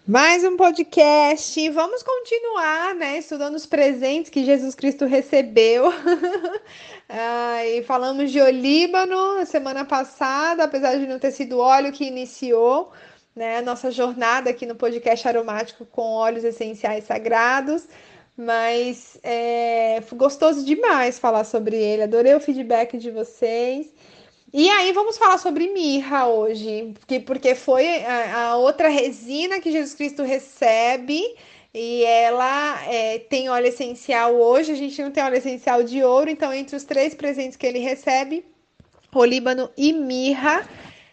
Mais um podcast. Vamos continuar, né, estudando os presentes que Jesus Cristo recebeu. E falamos de olíbano na semana passada, apesar de não ter sido óleo que iniciou, né, a nossa jornada aqui no podcast aromático com óleos essenciais sagrados. Mas foi gostoso demais falar sobre ele. Adorei o feedback de vocês. E aí vamos falar sobre mirra hoje, porque foi a outra resina que Jesus Cristo recebe e ela tem óleo essencial hoje. A gente não tem óleo essencial de ouro, então entre os três presentes que ele recebe, olíbano e mirra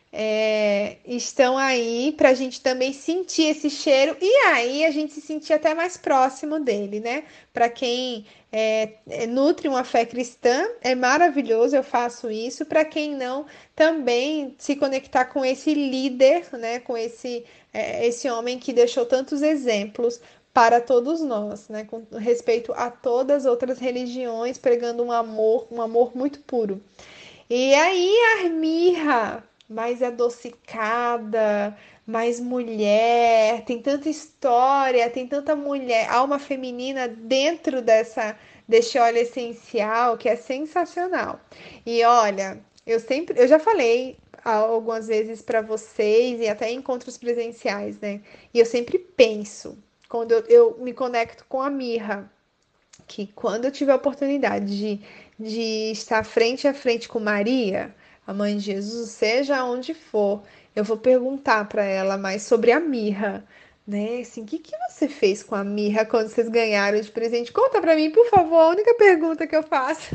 estão aí para a gente também sentir esse cheiro e aí a gente se sentir até mais próximo dele, né? Para quem nutre uma fé cristã, é maravilhoso, eu faço isso. Para quem não, também se conectar com esse líder, né? Com esse homem que deixou tantos exemplos para todos nós, né? Com respeito a todas as outras religiões, pregando um amor muito puro. E aí a mirra, mais adocicada, mais mulher, tem tanta história, tem tanta mulher, alma feminina dentro desse óleo essencial que é sensacional. E olha, eu já falei algumas vezes para vocês e até em encontros presenciais, né? E eu sempre penso, quando eu me conecto com a mirra, que quando eu tiver a oportunidade de estar frente a frente com Maria, a mãe de Jesus, seja onde for, eu vou perguntar para ela mais sobre a mirra, né? Assim, o que que você fez com a mirra quando vocês ganharam de presente? Conta para mim, por favor, a única pergunta que eu faço,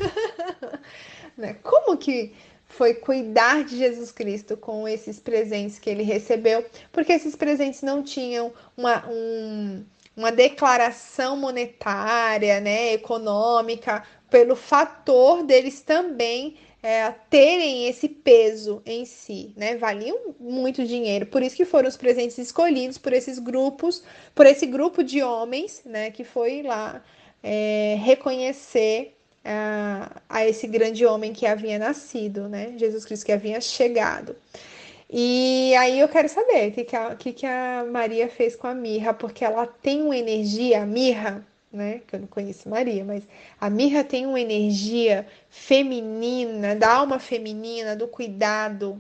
né? Como que foi cuidar de Jesus Cristo com esses presentes que ele recebeu? Porque esses presentes não tinham uma declaração monetária, né, econômica, pelo fator deles também terem esse peso em si, né? Valiam muito dinheiro, por isso que foram os presentes escolhidos por esses grupos, por esse grupo de homens, né, que foi lá reconhecer a esse grande homem que havia nascido, né? Jesus Cristo que havia chegado. E aí eu quero saber o que a Maria fez com a mirra, porque ela tem uma energia, a mirra, né? Que eu não conheço Maria, mas a mirra tem uma energia feminina, da alma feminina, do cuidado,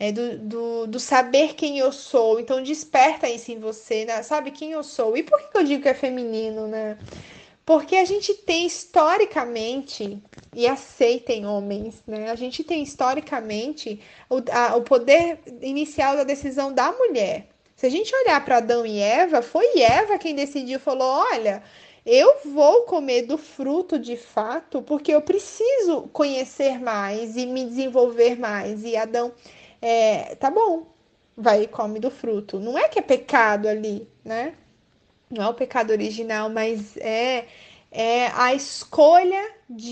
do saber quem eu sou. Então desperta isso em você, né? Sabe quem eu sou. E por que eu digo que é feminino, né? Porque a gente tem historicamente, e aceitem homens, né? A gente tem historicamente o poder inicial da decisão da mulher. Se a gente olhar para Adão e Eva, foi Eva quem decidiu, falou: olha, eu vou comer do fruto de fato, porque eu preciso conhecer mais e me desenvolver mais. E Adão, tá bom, vai e come do fruto. Não é que é pecado ali, né? Não é o pecado original, mas é a escolha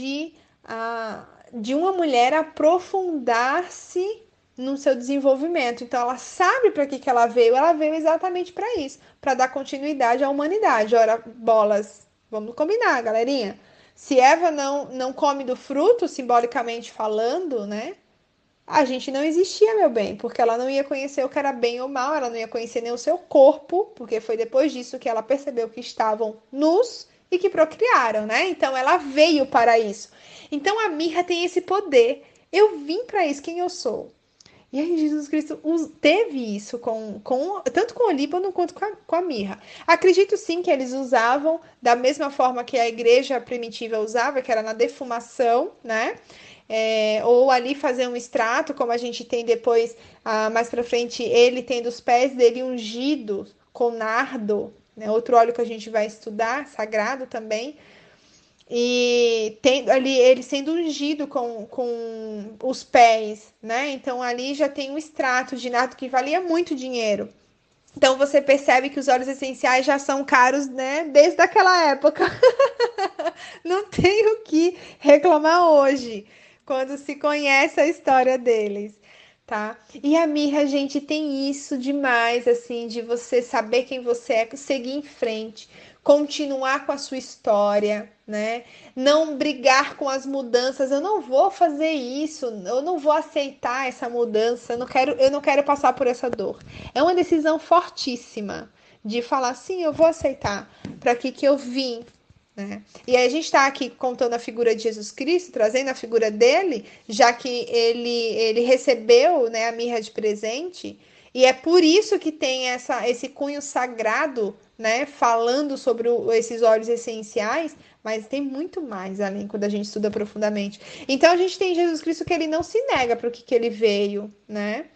de uma mulher aprofundar-se no seu desenvolvimento. Então, ela sabe para que ela veio exatamente para isso, para dar continuidade à humanidade. Ora, bolas, vamos combinar, galerinha. Se Eva não come do fruto, simbolicamente falando, né? A gente não existia, meu bem, porque ela não ia conhecer o que era bem ou mal, ela não ia conhecer nem o seu corpo, porque foi depois disso que ela percebeu que estavam nus e que procriaram, né? Então ela veio para isso. Então a mirra tem esse poder. Eu vim para isso, quem eu sou. E aí Jesus Cristo teve isso tanto com o líbano quanto com a mirra. Acredito sim que eles usavam da mesma forma que a igreja primitiva usava, que era na defumação, né? Ou ali fazer um extrato, como a gente tem depois, mais para frente, ele tendo os pés dele ungidos com nardo, né? Outro óleo que a gente vai estudar, sagrado também, e tem ali ele sendo ungido com os pés, né? Então ali já tem um extrato de nardo que valia muito dinheiro. Então você percebe que os óleos essenciais já são caros, né? Desde aquela época. Não tem o que reclamar hoje, quando se conhece a história deles, tá? E a mirra, gente, tem isso demais, assim, de você saber quem você é, seguir em frente, continuar com a sua história, né? Não brigar com as mudanças. Eu não vou fazer isso, eu não vou aceitar essa mudança, eu não quero passar por essa dor. É uma decisão fortíssima de falar, sim, eu vou aceitar, para que eu vim, né? E aí a gente está aqui contando a figura de Jesus Cristo, trazendo a figura dele, já que ele recebeu, né, a mirra de presente, e é por isso que tem esse cunho sagrado, né, falando sobre esses óleos essenciais, mas tem muito mais além quando a gente estuda profundamente. Então a gente tem Jesus Cristo que ele não se nega para o que ele veio, né?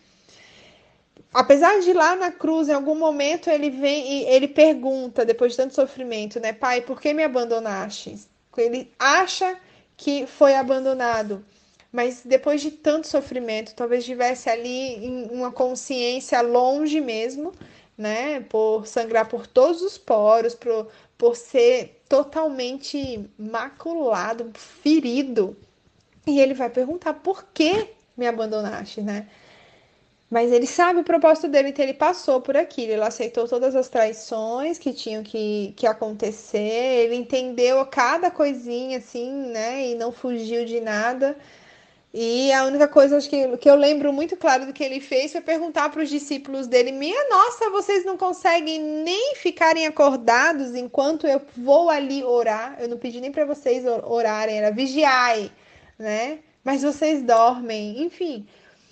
Apesar de lá na cruz, em algum momento ele vem e ele pergunta, depois de tanto sofrimento, né, Pai, por que me abandonaste? Ele acha que foi abandonado, mas depois de tanto sofrimento, talvez estivesse ali em uma consciência longe mesmo, né, por sangrar por todos os poros, por ser totalmente maculado, ferido. E ele vai perguntar, por que me abandonaste, né? Mas ele sabe o propósito dele, então ele passou por aquilo. Ele aceitou todas as traições que tinham que acontecer. Ele entendeu cada coisinha, assim, né? E não fugiu de nada. E a única coisa acho que eu lembro muito claro do que ele fez foi perguntar para os discípulos dele: Minha nossa, vocês não conseguem nem ficarem acordados enquanto eu vou ali orar? Eu não pedi nem para vocês orarem, era vigiai, né? Mas vocês dormem, enfim,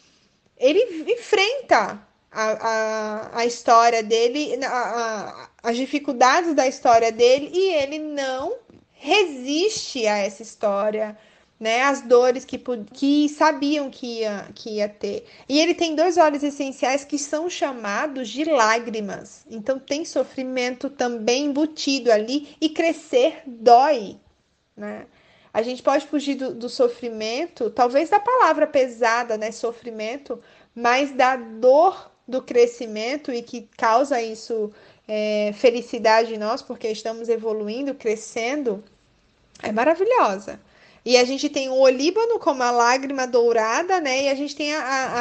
ele enfrenta a história dele, as dificuldades da história dele, e ele não resiste a essa história, né? As dores que sabiam que ia ter. E ele tem dois óleos essenciais que são chamados de lágrimas. Então tem sofrimento também embutido ali, e crescer dói, né? A gente pode fugir do sofrimento, talvez da palavra pesada, né? Sofrimento, mas da dor do crescimento e que causa isso felicidade em nós, porque estamos evoluindo, crescendo, é maravilhosa. E a gente tem o olíbano como a lágrima dourada, né? E a gente tem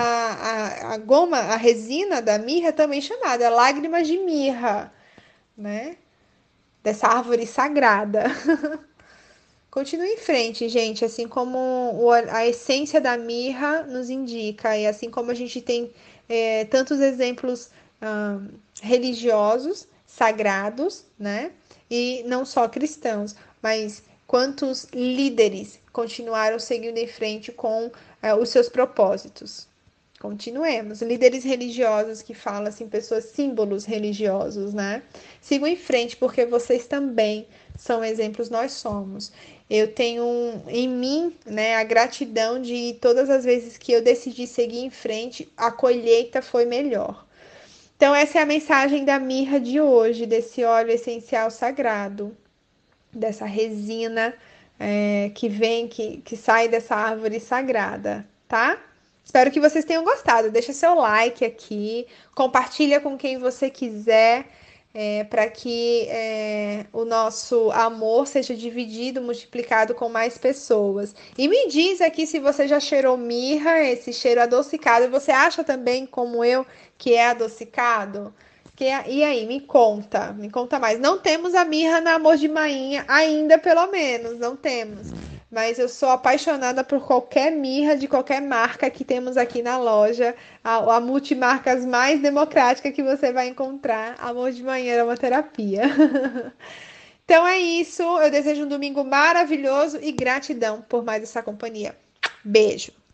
a goma, a resina da mirra também chamada lágrima de mirra, né? Dessa árvore sagrada. Continue em frente, gente, assim como a essência da mirra nos indica, e assim como a gente tem tantos exemplos religiosos, sagrados, né? E não só cristãos, mas quantos líderes continuaram seguindo em frente com os seus propósitos. Continuemos. Líderes religiosos que falam assim, pessoas, símbolos religiosos, né? Sigam em frente, porque vocês também são exemplos, nós somos. Eu tenho em mim, né, a gratidão de todas as vezes que eu decidi seguir em frente, a colheita foi melhor. Então, essa é a mensagem da mirra de hoje, desse óleo essencial sagrado, dessa resina que vem, que sai dessa árvore sagrada, tá? Espero que vocês tenham gostado. Deixa seu like aqui, compartilha com quem você quiser, para que o nosso amor seja dividido, multiplicado com mais pessoas. E me diz aqui se você já cheirou mirra, esse cheiro adocicado. Você acha também, como eu, que é adocicado? E aí, me conta mais. Não temos a mirra na Amor de Mainha, ainda pelo menos, não temos. Mas eu sou apaixonada por qualquer mirra de qualquer marca que temos aqui na loja. A multimarcas mais democrática que você vai encontrar. Amor de Manhã é uma terapia. Então é isso. Eu desejo um domingo maravilhoso e gratidão por mais essa companhia. Beijo.